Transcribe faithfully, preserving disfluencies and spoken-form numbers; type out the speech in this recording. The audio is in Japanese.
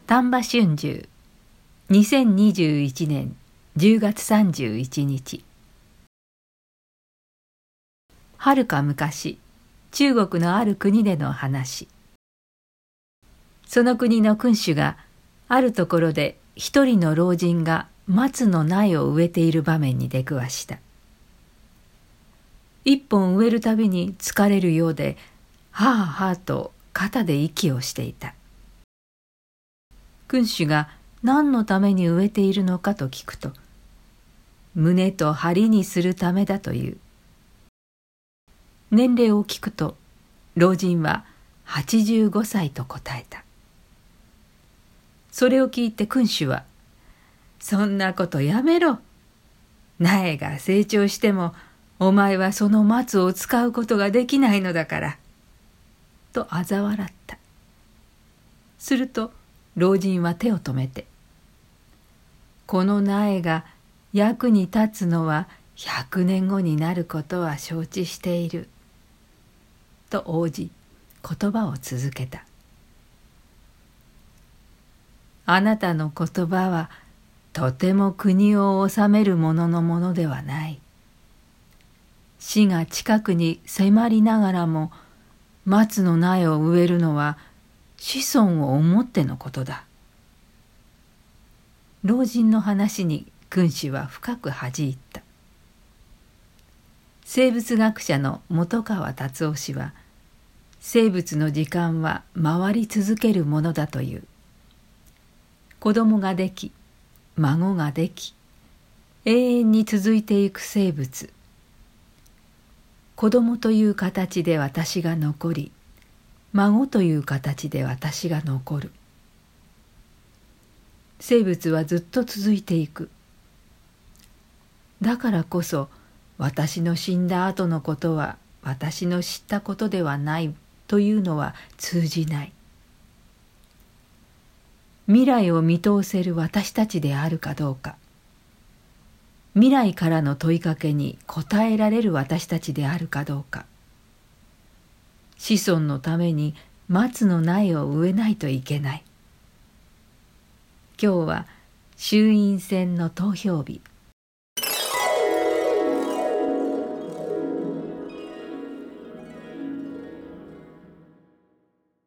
丹波春秋にせんにじゅういちねんじゅうがつさんじゅういちにち。はるか昔、中国のある国での話。その国の君主があるところで一人の老人が松の苗を植えている場面に出くわした。一本植えるたびに疲れるようで、はあはあと肩で息をしていた。君主が何のために植えているのかと聞くと、胸と張にするためだという。年齢を聞くと、老人ははちじゅうごさいと答えた。それを聞いて君主は、そんなことやめろ。苗が成長しても、お前はその松を使うことができないのだから。と嘲笑った。すると、老人は手を止めて、この苗が役に立つのはひゃくねんごになることは承知している。と応じ、言葉を続けた。あなたの言葉はとても国を治めるもののものではない。死が近くに迫りながらも松の苗を植えるのは子孫を思ってのことだ。老人の話に君主は深く恥じった。生物学者の本川達夫氏は、生物の時間は回り続けるものだという。子供ができ、孫ができ、永遠に続いていく生物。子供という形で私が残り、孫という形で私が残る。生物はずっと続いていく。だからこそ私の死んだ後のことは私の知ったことではないというのは通じない。未来を見通せる私たちであるかどうか、未来からの問いかけに答えられる私たちであるかどうか、子孫のために松の苗を植えないといけない。今日は衆院選の投票日。